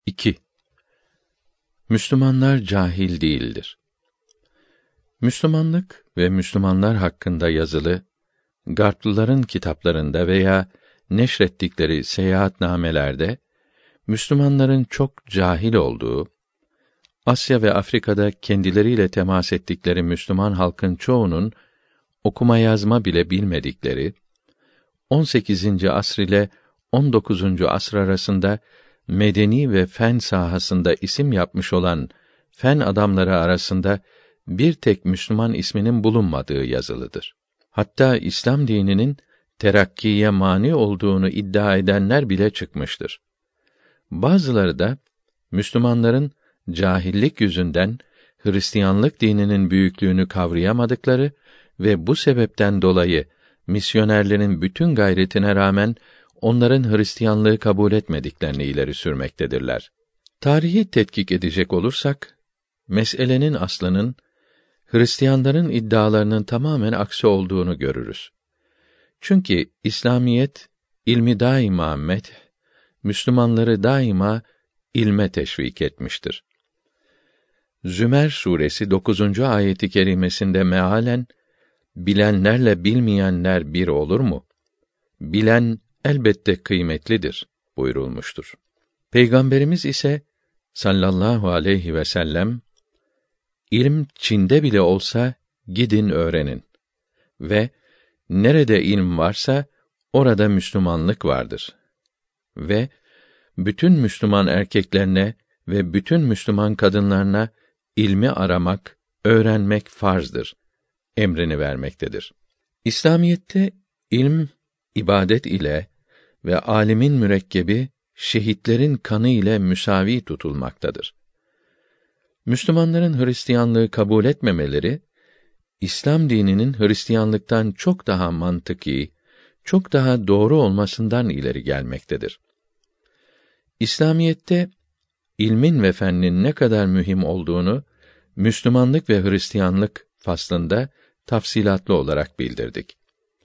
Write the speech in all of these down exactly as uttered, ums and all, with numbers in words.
İki. Müslümanlar cahil değildir. Müslümanlık ve Müslümanlar hakkında yazılı Garplıların kitaplarında veya neşrettikleri seyahatnamelerde Müslümanların çok cahil olduğu, Asya ve Afrika'da kendileriyle temas ettikleri Müslüman halkın çoğunun okuma yazma bile bilmedikleri, on sekizinci asr ile on dokuzuncu asr arasında medeni ve fen sahasında isim yapmış olan fen adamları arasında bir tek Müslüman isminin bulunmadığı yazılıdır. Hatta İslam dininin terakkiye mani olduğunu iddia edenler bile çıkmıştır. Bazıları da Müslümanların cahillik yüzünden Hristiyanlık dininin büyüklüğünü kavrayamadıkları ve bu sebepten dolayı misyonerlerin bütün gayretine rağmen onların Hristiyanlığı kabul etmediklerini ileri sürmektedirler. Tarihi tetkik edecek olursak, meselenin aslının Hristiyanların iddialarının tamamen aksi olduğunu görürüz. Çünkü İslamiyet ilmi daima meth, Müslümanları daima ilme teşvik etmiştir. Zümer suresi dokuzuncu ayeti kerimesinde mealen bilenlerle bilmeyenler bir olur mu? Bilen elbette kıymetlidir buyurulmuştur. Peygamberimiz ise sallallahu aleyhi ve sellem İlm Çin'de bile olsa gidin öğrenin ve nerede ilm varsa orada Müslümanlık vardır ve bütün Müslüman erkeklerine ve bütün Müslüman kadınlarına ilmi aramak, öğrenmek farzdır emrini vermektedir. İslamiyette ilm ibadet ile ve alimin mürekkebi şehitlerin kanı ile müsavi tutulmaktadır. Müslümanların Hristiyanlığı kabul etmemeleri, İslam dininin Hristiyanlıktan çok daha mantıki, çok daha doğru olmasından ileri gelmektedir. İslamiyette ilmin ve fennin ne kadar mühim olduğunu Müslümanlık ve Hristiyanlık faslında tafsilatlı olarak bildirdik.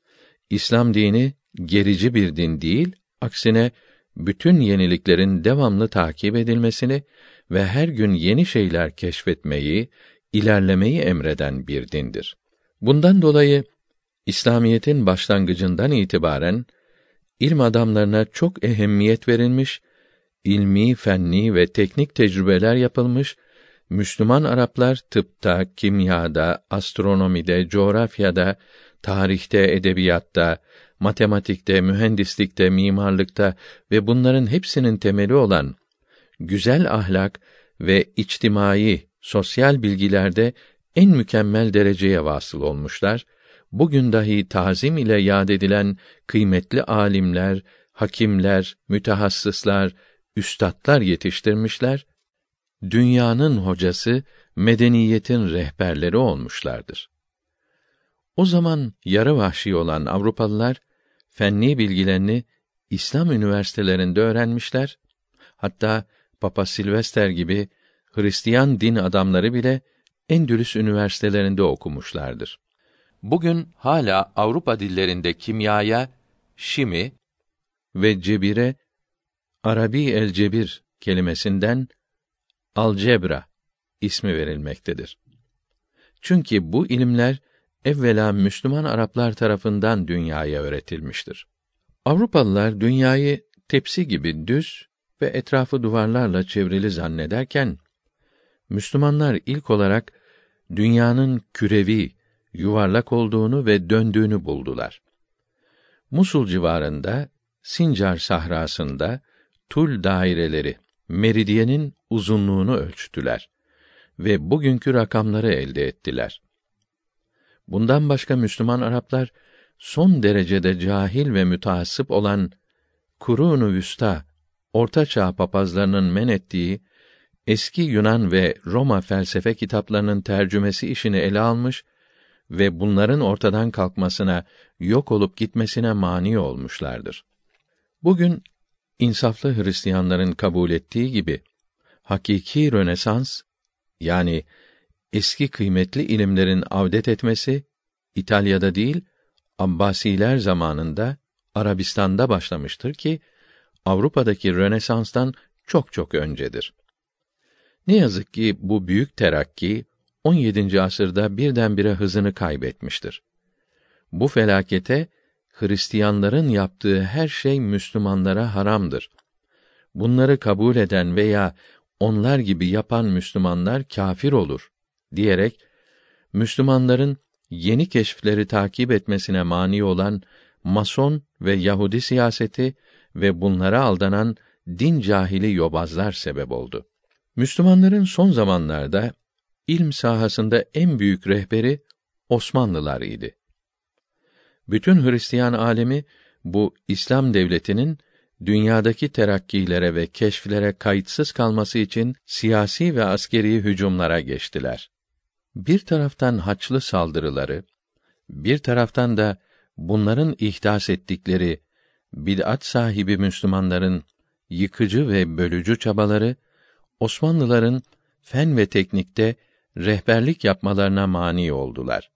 İslam dini gerici bir din değil, aksine bütün yeniliklerin devamlı takip edilmesini ve her gün yeni şeyler keşfetmeyi, ilerlemeyi emreden bir dindir. Bundan dolayı İslamiyetin başlangıcından itibaren ilm adamlarına çok ehemmiyet verilmiş, ilmi, fenni ve teknik tecrübeler yapılmış, Müslüman Araplar tıpta, kimyada, astronomide, coğrafyada, tarihte, edebiyatta, matematikte, mühendislikte, mimarlıkta ve bunların hepsinin temeli olan güzel ahlak ve içtimai, sosyal bilgilerde en mükemmel dereceye vasıl olmuşlar. Bugün dahi tazim ile yad edilen kıymetli alimler, hakimler, mütehassıslar, üstatlar yetiştirmişler. Dünyanın hocası, medeniyetin rehberleri olmuşlardır. O zaman yarı vahşi olan Avrupalılar fenni bilgilerini İslam üniversitelerinde öğrenmişler. Hatta Papa Silvester gibi Hristiyan din adamları bile Endülüs üniversitelerinde okumuşlardır. Bugün hala Avrupa dillerinde kimyaya şimi ve cebire Arabi el cebir kelimesinden algebra ismi verilmektedir. Çünkü bu ilimler evvela Müslüman Araplar tarafından dünyaya öğretilmiştir. Avrupalılar dünyayı tepsi gibi düz ve etrafı duvarlarla çevrili zannederken, Müslümanlar ilk olarak dünyanın kürevi, yuvarlak olduğunu ve döndüğünü buldular. Musul civarında, Sincar sahrasında, tul daireleri, meridyenin uzunluğunu ölçtüler ve bugünkü rakamları elde ettiler. Bundan başka Müslüman Araplar, son derecede cahil ve mütehassıp olan Kurûn-u Vüstâ, Orta Çağ papazlarının men ettiği eski Yunan ve Roma felsefe kitaplarının tercümesi işini ele almış ve bunların ortadan kalkmasına, yok olup gitmesine mani olmuşlardır. Bugün insaflı Hristiyanların kabul ettiği gibi hakiki Rönesans, yani eski kıymetli ilimlerin avdet etmesi İtalya'da değil, Abbasiler zamanında Arabistan'da başlamıştır ki Avrupa'daki Rönesans'tan çok çok öncedir. Ne yazık ki bu büyük terakki on yedinci asırda birdenbire hızını kaybetmiştir. Bu felakete Hristiyanların yaptığı her şey Müslümanlara haramdır. Bunları kabul eden veya onlar gibi yapan Müslümanlar kâfir olur diyerek Müslümanların yeni keşifleri takip etmesine mani olan Mason ve Yahudi siyaseti ve bunlara aldanan din cahili yobazlar sebep oldu. Müslümanların son zamanlarda ilm sahasında en büyük rehberi Osmanlılar idi. Bütün Hristiyan alemi bu İslam devletinin dünyadaki terakkilere ve keşflere kayıtsız kalması için siyasi ve askeri hücumlara geçtiler. Bir taraftan Haçlı saldırıları, bir taraftan da bunların ihdas ettikleri bid'at sahibi Müslümanların yıkıcı ve bölücü çabaları Osmanlıların fen ve teknikte rehberlik yapmalarına mani oldular.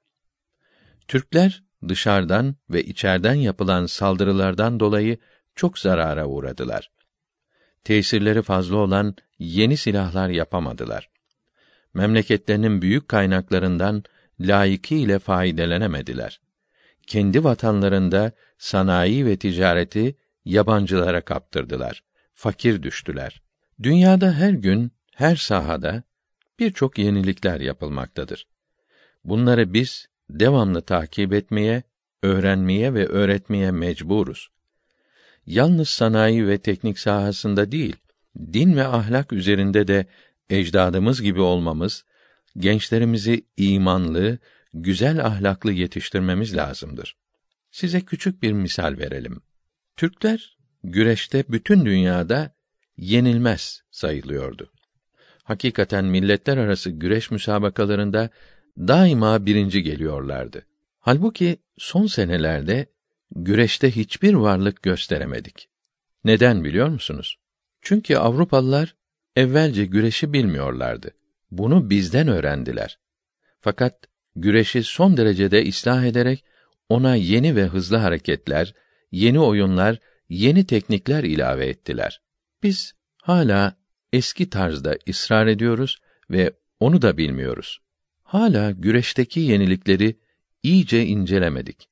Türkler dışarıdan ve içeriden yapılan saldırılardan dolayı çok zarara uğradılar. Tesirleri fazla olan yeni silahlar yapamadılar. Memleketlerinin büyük kaynaklarından layıkıyla faydalanemediler. Kendi vatanlarında sanayi ve ticareti yabancılara kaptırdılar. Fakir düştüler. Dünyada her gün, her sahada birçok yenilikler yapılmaktadır. Bunları biz devamlı takip etmeye, öğrenmeye ve öğretmeye mecburuz. Yalnız sanayi ve teknik sahasında değil, din ve ahlak üzerinde de ecdadımız gibi olmamız, gençlerimizi imanlı, güzel ahlaklı yetiştirmemiz lazımdır. Size küçük bir misal verelim. Türkler güreşte bütün dünyada yenilmez sayılıyordu. Hakikaten milletler arası güreş müsabakalarında daima birinci geliyorlardı. Halbuki son senelerde güreşte hiçbir varlık gösteremedik. Neden biliyor musunuz? Çünkü Avrupalılar evvelce güreşi bilmiyorlardı. Bunu bizden öğrendiler. Fakat güreşi son derecede ıslah ederek ona yeni ve hızlı hareketler, yeni oyunlar, yeni teknikler ilave ettiler. Biz hala eski tarzda ısrar ediyoruz ve onu da bilmiyoruz. Hala güreşteki yenilikleri iyice incelemedik.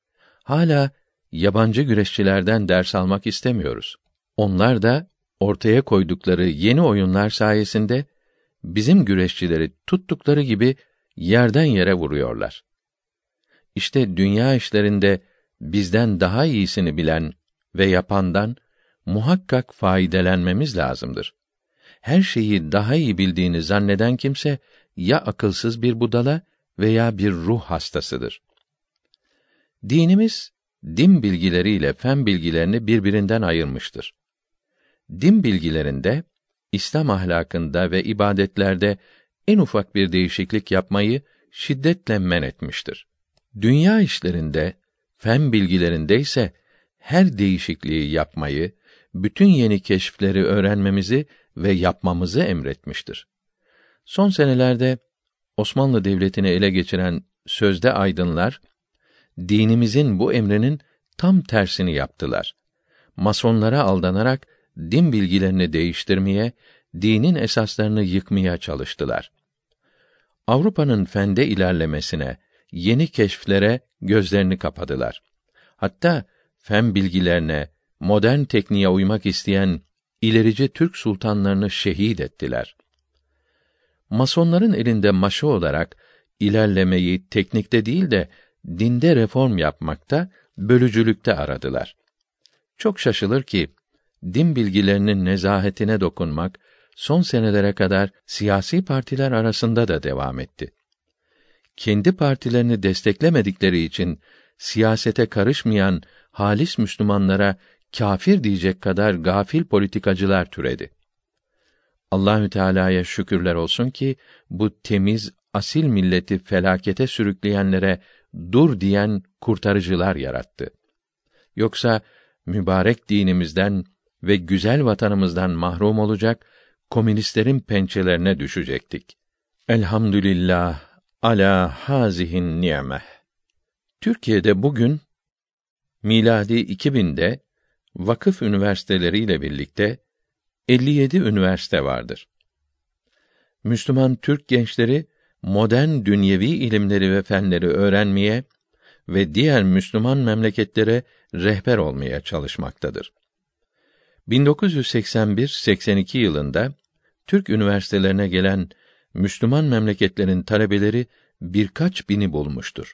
Hala yabancı güreşçilerden ders almak istemiyoruz. Onlar da ortaya koydukları yeni oyunlar sayesinde bizim güreşçileri tuttukları gibi yerden yere vuruyorlar. İşte dünya işlerinde bizden daha iyisini bilen ve yapandan muhakkak faydelenmemiz lazımdır. Her şeyi daha iyi bildiğini zanneden kimse ya akılsız bir budala veya bir ruh hastasıdır. Dinimiz din bilgileriyle fen bilgilerini birbirinden ayırmıştır. Din bilgilerinde, İslam ahlakında ve ibadetlerde en ufak bir değişiklik yapmayı şiddetle men etmiştir. Dünya işlerinde, fen bilgilerinde ise her değişikliği yapmayı, bütün yeni keşifleri öğrenmemizi ve yapmamızı emretmiştir. Son senelerde Osmanlı Devleti'ni ele geçiren sözde aydınlar, dinimizin bu emrinin tam tersini yaptılar. Masonlara aldanarak din bilgilerini değiştirmeye, dinin esaslarını yıkmaya çalıştılar. Avrupa'nın fende ilerlemesine, yeni keşiflere gözlerini kapadılar. Hatta fen bilgilerine, modern tekniğe uymak isteyen ilerici Türk sultanlarını şehit ettiler. Masonların elinde maşa olarak ilerlemeyi teknikte değil de dinde reform yapmakta, bölücülükte aradılar. Çok şaşılır ki din bilgilerinin nezahetine dokunmak son senelere kadar siyasi partiler arasında da devam etti. Kendi partilerini desteklemedikleri için siyasete karışmayan halis Müslümanlara kâfir diyecek kadar gafil politikacılar türedi. Allahü Teala'ya şükürler olsun ki bu temiz, asil milleti felakete sürükleyenlere dur diyen kurtarıcılar yarattı. Yoksa mübarek dinimizden ve güzel vatanımızdan mahrum olacak, komünistlerin pençelerine düşecektik. Elhamdülillah ala hazihin ni'meh. Türkiye'de bugün miladi iki binde vakıf üniversiteleriyle birlikte elli yedi üniversite vardır. Müslüman Türk gençleri modern dünyevi ilimleri ve fenleri öğrenmeye ve diğer Müslüman memleketlere rehber olmaya çalışmaktadır. bin dokuz yüz seksen bir seksen iki yılında Türk üniversitelerine gelen Müslüman memleketlerin talebeleri birkaç bini bulmuştur.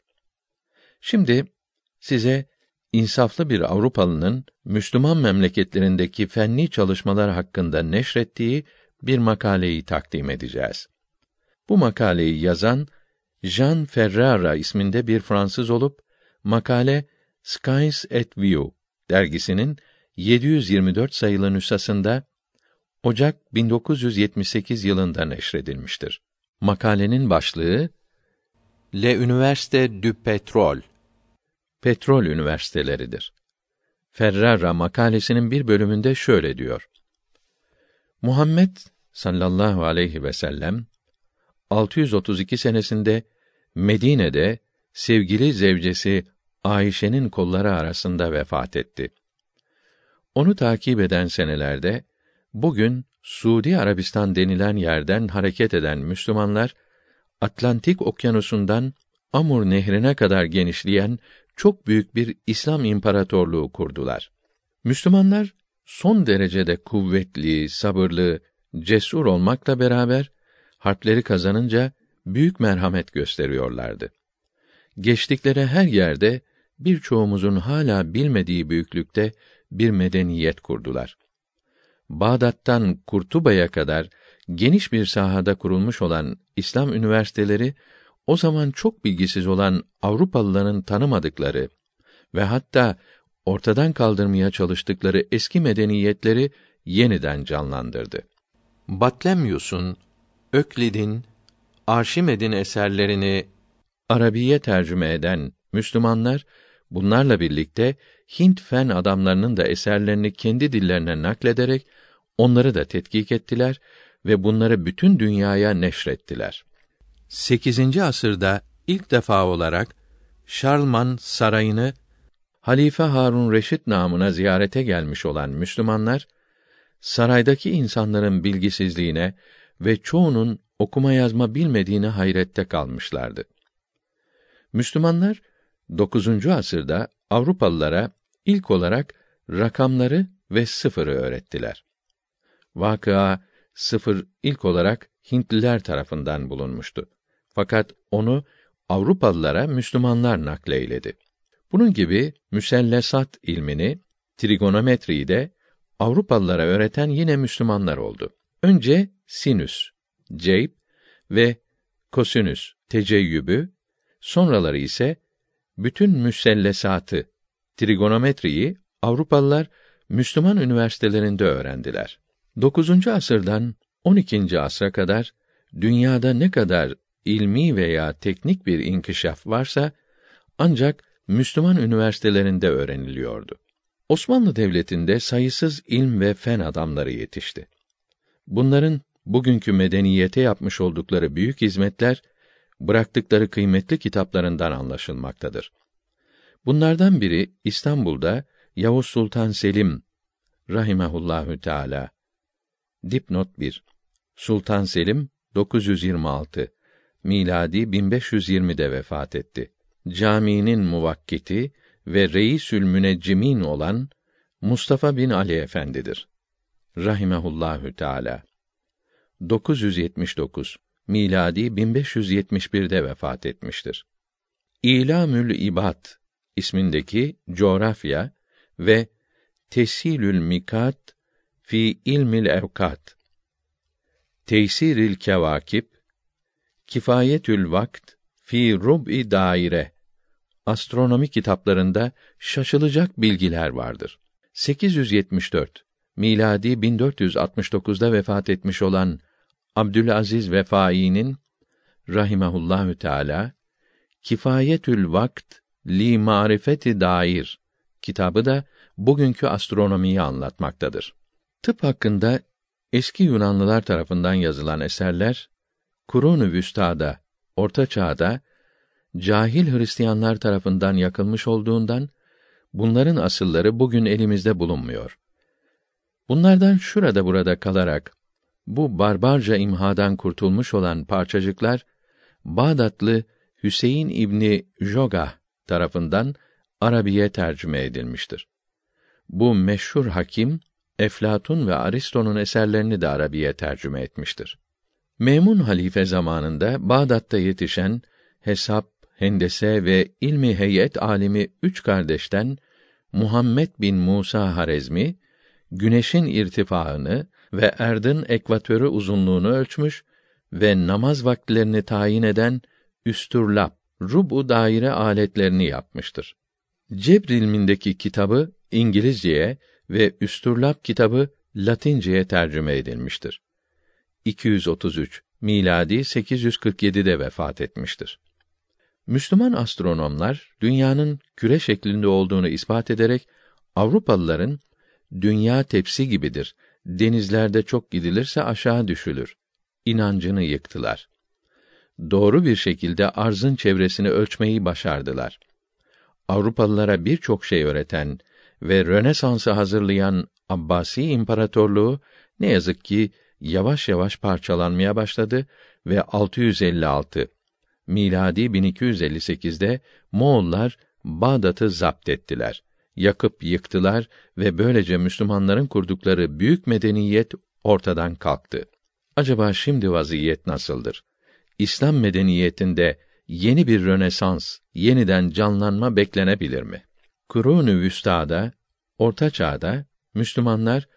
Şimdi size insaflı bir Avrupalının Müslüman memleketlerindeki fenni çalışmalar hakkında neşrettiği bir makaleyi takdim edeceğiz. Bu makaleyi yazan Jean Ferrara isminde bir Fransız olup, makale Science et Vie dergisinin yedi yüz yirmi dört sayılı nüshasında Ocak bin dokuz yüz yetmiş sekiz yılında neşredilmiştir. Makalenin başlığı Les Universités du Pétrole, petrol üniversiteleridir. Ferrara makalesinin bir bölümünde şöyle diyor: Muhammed sallallahu aleyhi ve sellem altı yüz otuz iki senesinde Medine'de sevgili zevcesi Ayşe'nin kolları arasında vefat etti. Onu takip eden senelerde bugün Suudi Arabistan denilen yerden hareket eden Müslümanlar Atlantik Okyanusu'ndan Amur Nehri'ne kadar genişleyen çok büyük bir İslam imparatorluğu kurdular. Müslümanlar son derecede kuvvetli, sabırlı, cesur olmakla beraber harpleri kazanınca büyük merhamet gösteriyorlardı. Geçtikleri her yerde birçoğumuzun hala bilmediği büyüklükte bir medeniyet kurdular. Bağdat'tan Kurtuba'ya kadar geniş bir sahada kurulmuş olan İslam üniversiteleri, o zaman çok bilgisiz olan Avrupalıların tanımadıkları ve hatta ortadan kaldırmaya çalıştıkları eski medeniyetleri yeniden canlandırdı. Batlamyus'un, Öklid'in, Arşimed'in eserlerini Arabiye tercüme eden Müslümanlar, bunlarla birlikte Hint fen adamlarının da eserlerini kendi dillerine naklederek onları da tetkik ettiler ve bunları bütün dünyaya neşrettiler. sekizinci asırda ilk defa olarak Şarlman sarayını Halife Harun Reşit namına ziyarete gelmiş olan Müslümanlar, saraydaki insanların bilgisizliğine ve çoğunun okuma yazma bilmediğine hayrette kalmışlardı. Müslümanlar dokuzuncu asırda Avrupalılara ilk olarak rakamları ve sıfırı öğrettiler. Vakıa sıfır ilk olarak Hintliler tarafından bulunmuştu. Fakat onu Avrupalılara Müslümanlar nakleyledi. Bunun gibi müsellesat ilmini, trigonometriyi de Avrupalılara öğreten yine Müslümanlar oldu. Önce sinüs, ceyb ve kosinüs, teceyyübü, sonraları ise bütün müsellesatı, trigonometriyi Avrupalılar Müslüman üniversitelerinde öğrendiler. dokuzuncu asırdan on ikinci asra kadar dünyada ne kadar ilmi veya teknik bir inkişaf varsa ancak Müslüman üniversitelerinde öğreniliyordu. Osmanlı Devleti'nde sayısız ilm ve fen adamları yetişti. Bunların bugünkü medeniyete yapmış oldukları büyük hizmetler, bıraktıkları kıymetli kitaplarından anlaşılmaktadır. Bunlardan biri İstanbul'da Yavuz Sultan Selim rahimehullahü teâlâ. Dipnot bir. Sultan Selim dokuz yüz yirmi altı miladi bin beş yüz yirmide vefat etti. Caminin muvakkiti ve reisül müneccimin olan Mustafa bin Ali Efendidir. Rahimehullahü teâlâ. dokuz yüz yetmiş dokuz miladi bin beş yüz yetmiş birde vefat etmiştir. İlamül İbad ismindeki coğrafya ve Teshilül Mikat fi ilmil evkat, Teysiril Kevakib, Kifayetül Vakt fi rub'i daire, astronomi kitaplarında şaşılacak bilgiler vardır. sekiz yüz yetmiş dört miladi bin dört yüz altmış dokuzda vefat etmiş olan Abdülaziz Vefai'nin rahimehullahü teâlâ Kifayetül Vakt li marifeti dair kitabı da bugünkü astronomiyi anlatmaktadır. Tıp hakkında eski Yunanlılar tarafından yazılan eserler Kurun-u Vüsta'da, Orta Çağ'da cahil Hristiyanlar tarafından yakılmış olduğundan bunların asılları bugün elimizde bulunmuyor. Bunlardan şurada burada kalarak, bu barbarca imhadan kurtulmuş olan parçacıklar, Bağdatlı Hüseyin İbni Jogah tarafından Arabiye tercüme edilmiştir. Bu meşhur hakim, Eflatun ve Aristo'nun eserlerini de Arabiye tercüme etmiştir. Memun halife zamanında Bağdat'ta yetişen hesap, hendese ve ilmi heyet alimi üç kardeşten Muhammed bin Musa Harezmi, güneşin irtifaını ve erdin ekvatörü uzunluğunu ölçmüş ve namaz vakitlerini tayin eden üstürlab, rubu daire aletlerini yapmıştır. Cebr ilmindeki kitabı İngilizceye ve üstürlab kitabı Latinceye tercüme edilmiştir. iki yüz otuz üç miladi sekiz yüz kırk yedi'de vefat etmiştir. Müslüman astronomlar dünyanın küre şeklinde olduğunu ispat ederek Avrupalıların dünya tepsi gibidir, denizlerde çok gidilirse aşağı düşülür inancını yıktılar. Doğru bir şekilde arzın çevresini ölçmeyi başardılar. Avrupalılara birçok şey öğreten ve Rönesans'ı hazırlayan Abbasi İmparatorluğu ne yazık ki yavaş yavaş parçalanmaya başladı ve altı yüz elli altı miladi bin iki yüz elli sekiz'de Moğollar Bağdat'ı zapt ettiler, yakıp yıktılar ve böylece Müslümanların kurdukları büyük medeniyet ortadan kalktı. Acaba şimdi vaziyet nasıldır? İslam medeniyetinde yeni bir Rönesans, yeniden canlanma beklenebilir mi? Kurûn-ü Vüstâ'da, Orta Çağ'da Müslümanlar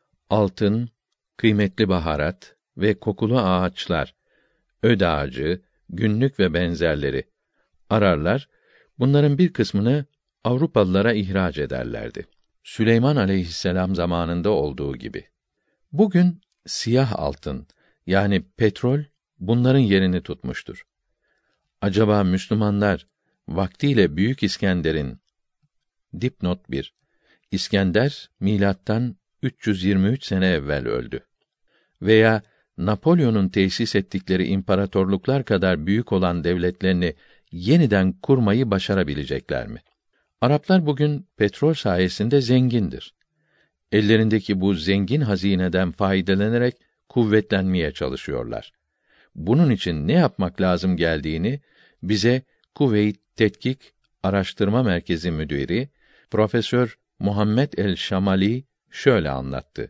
altın, kıymetli baharat ve kokulu ağaçlar, öd ağacı, günlük ve benzerleri ararlar. Bunların bir kısmını Avrupalılara ihraç ederlerdi. Süleyman aleyhisselam zamanında olduğu gibi. Bugün siyah altın, yani petrol bunların yerini tutmuştur. Acaba Müslümanlar vaktiyle Büyük İskender'in dipnot bir İskender milattan üç yüz yirmi üç sene evvel öldü. Veya Napolyon'un tesis ettikleri imparatorluklar kadar büyük olan devletlerini yeniden kurmayı başarabilecekler mi? Araplar bugün petrol sayesinde zengindir. Ellerindeki bu zengin hazineden faydalanarak kuvvetlenmeye çalışıyorlar. Bunun için ne yapmak lazım geldiğini bize Kuveyt Tetkik Araştırma Merkezi müdürü Profesör Muhammed el-Şamali şöyle anlattı.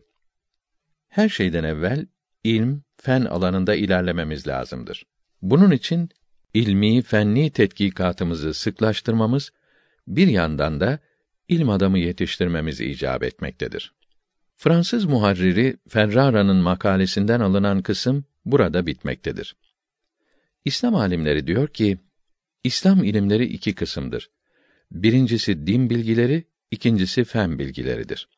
Her şeyden evvel ilm, fen alanında ilerlememiz lazımdır. Bunun için ilmi, fenni tetkikatımızı sıklaştırmamız, bir yandan da ilm adamı yetiştirmemiz icap etmektedir. Fransız muharriri Ferrara'nın makalesinden alınan kısım burada bitmektedir. İslam alimleri diyor ki, İslam ilimleri iki kısımdır. Birincisi din bilgileri, ikincisi fen bilgileridir.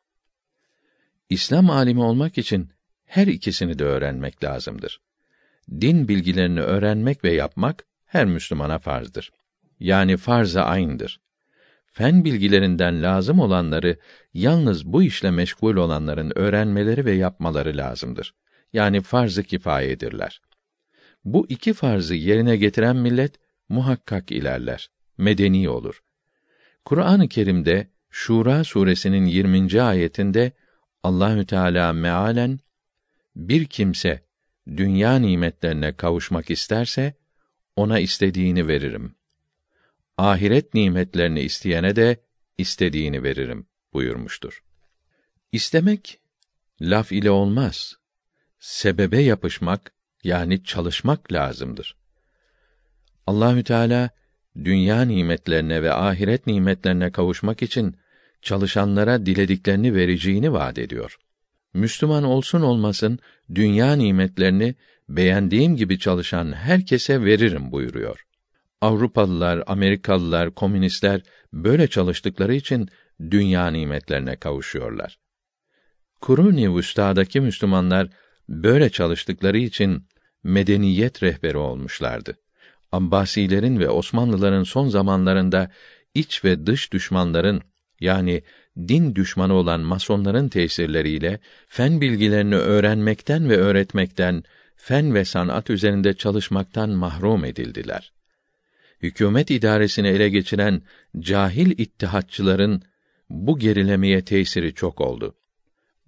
İslam alimi olmak için her ikisini de öğrenmek lazımdır. Din bilgilerini öğrenmek ve yapmak her Müslümana farzdır. Yani farz-ı ayn'dır. Fen bilgilerinden lazım olanları yalnız bu işle meşgul olanların öğrenmeleri ve yapmaları lazımdır. Yani farz-ı kifayedirler. Bu iki farzı yerine getiren millet muhakkak ilerler, medeni olur. Kur'an-ı Kerim'de Şura suresinin yirminci ayetinde Allahü Teala mealen bir kimse dünya nimetlerine kavuşmak isterse ona istediğini veririm. Ahiret nimetlerini isteyene de istediğini veririm buyurmuştur. İstemek laf ile olmaz. Sebebe yapışmak yani çalışmak lazımdır. Allahü Teala dünya nimetlerine ve ahiret nimetlerine kavuşmak için çalışanlara dilediklerini vereceğini vaat ediyor. Müslüman olsun olmasın dünya nimetlerini beğendiğim gibi çalışan herkese veririm buyuruyor. Avrupalılar, Amerikalılar, komünistler böyle çalıştıkları için dünya nimetlerine kavuşuyorlar. Kurûn-i Vüstâ'daki Müslümanlar böyle çalıştıkları için medeniyet rehberi olmuşlardı. Abbasilerin ve Osmanlıların son zamanlarında iç ve dış düşmanların yani din düşmanı olan masonların tesirleriyle fen bilgilerini öğrenmekten ve öğretmekten, fen ve sanat üzerinde çalışmaktan mahrum edildiler. Hükümet idaresini ele geçiren cahil ittihatçıların bu gerilemeye tesiri çok oldu.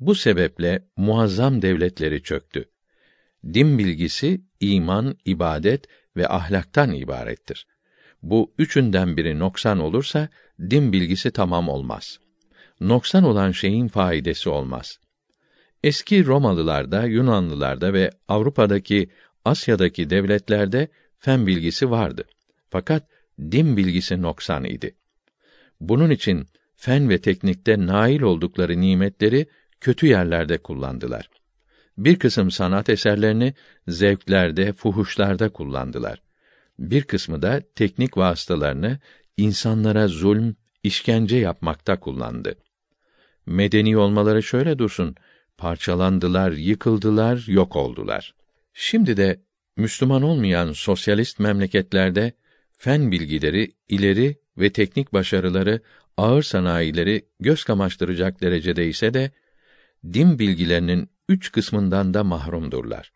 Bu sebeple muazzam devletleri çöktü. Din bilgisi, iman, ibadet ve ahlaktan ibarettir. Bu üçünden biri noksan olursa, din bilgisi tamam olmaz. Noksan olan şeyin faidesi olmaz. Eski Romalılarda, Yunanlılarda ve Avrupa'daki, Asya'daki devletlerde fen bilgisi vardı. Fakat din bilgisi noksan idi. Bunun için fen ve teknikte nail oldukları nimetleri kötü yerlerde kullandılar. Bir kısım sanat eserlerini zevklerde, fuhuşlarda kullandılar. Bir kısmı da teknik vasıtalarını insanlara zulm, işkence yapmakta kullandı. Medeni olmaları şöyle dursun, parçalandılar, yıkıldılar, yok oldular. Şimdi de Müslüman olmayan sosyalist memleketlerde fen bilgileri ileri ve teknik başarıları, ağır sanayileri göz kamaştıracak derecede ise de din bilgilerinin üç kısmından da mahrumdurlar.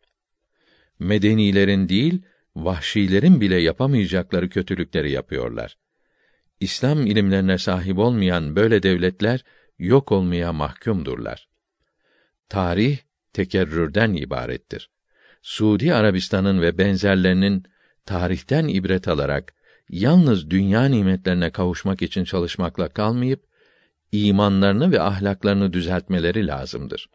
Medenilerin değil, vahşilerin bile yapamayacakları kötülükleri yapıyorlar. İslam ilimlerine sahip olmayan böyle devletler yok olmaya mahkumdurlar. Tarih tekerrürden ibarettir. Suudi Arabistan'ın ve benzerlerinin tarihten ibret alarak yalnız dünya nimetlerine kavuşmak için çalışmakla kalmayıp imanlarını ve ahlaklarını düzeltmeleri lazımdır.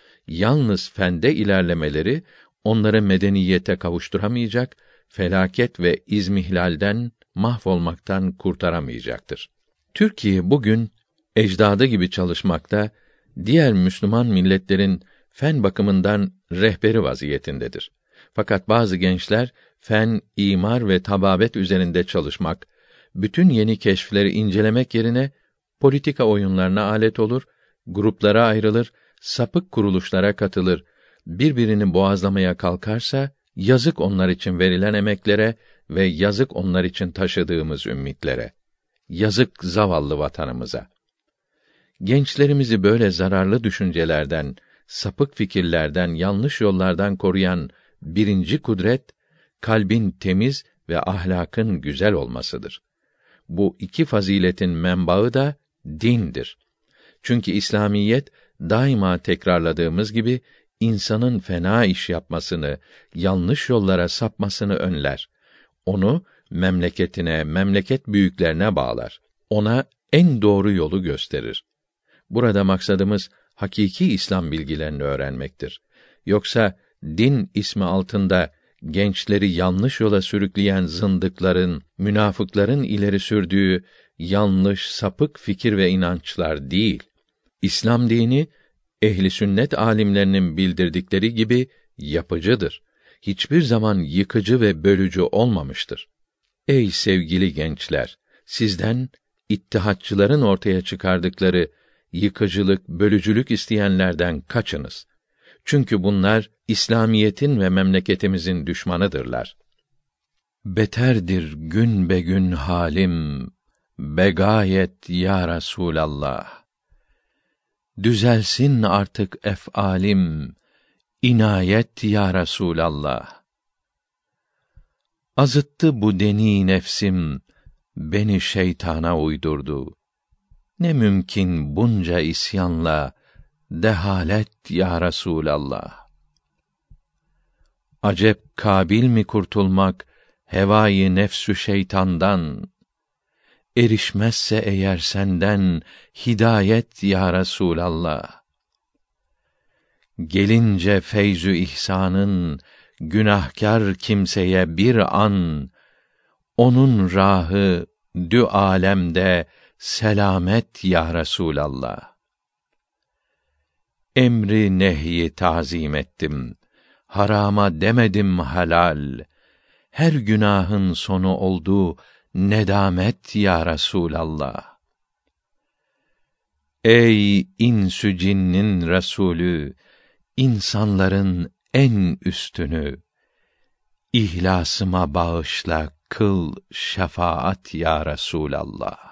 Yalnız fende ilerlemeleri onları medeniyete kavuşturamayacak, felaket ve izmihlalden, mahvolmaktan kurtaramayacaktır. Türkiye bugün ecdadı gibi çalışmakta, diğer Müslüman milletlerin fen bakımından rehberi vaziyetindedir. Fakat bazı gençler fen, imar ve tababet üzerinde çalışmak, bütün yeni keşifleri incelemek yerine politika oyunlarına alet olur, gruplara ayrılır, sapık kuruluşlara katılır, birbirini boğazlamaya kalkarsa yazık onlar için verilen emeklere ve yazık onlar için taşıdığımız ümmitlere. Yazık zavallı vatanımıza. Gençlerimizi böyle zararlı düşüncelerden, sapık fikirlerden, yanlış yollardan koruyan birinci kudret, kalbin temiz ve ahlakın güzel olmasıdır. Bu iki faziletin menbaı da dindir. Çünkü İslamiyet, daima tekrarladığımız gibi, insanın fena iş yapmasını, yanlış yollara sapmasını önler. Onu, memleketine, memleket büyüklerine bağlar. Ona en doğru yolu gösterir. Burada maksadımız, hakiki İslam bilgilerini öğrenmektir. Yoksa, din ismi altında, gençleri yanlış yola sürükleyen zındıkların, münafıkların ileri sürdüğü yanlış, sapık fikir ve inançlar değil. İslam dini, ehli sünnet âlimlerinin bildirdikleri gibi yapıcıdır. Hiçbir zaman yıkıcı ve bölücü olmamıştır. Ey sevgili gençler, sizden ittihatçıların ortaya çıkardıkları yıkıcılık, bölücülük isteyenlerden kaçınız. Çünkü bunlar İslamiyetin ve memleketimizin düşmanıdırlar. Beterdir gün be gün halim, begayet ya Resûlallah. Düzelsin artık ef'alim, inayet ya Resûlallah. Azıttı bu deni nefsim, beni şeytana uydurdu. Ne mümkün bunca isyanla, dehalet ya Resûlallah. Acep kabil mi kurtulmak, hevâ-i nefsü şeytandan? Erişmezse eğer senden, hidayet ya Resûlallah. Gelince feyzü ihsanın, günahkar kimseye bir an, onun rahı, dü âlemde, selamet ya Resûlallah. Emri nehyi tazim ettim, harama demedim halal. Her günahın sonu oldu nedamet ya Resûlallah. Ey insü cinnin Resulü, insanların en üstünü, İhlasıma bağışla, kıl şefaat ya Resûlallah.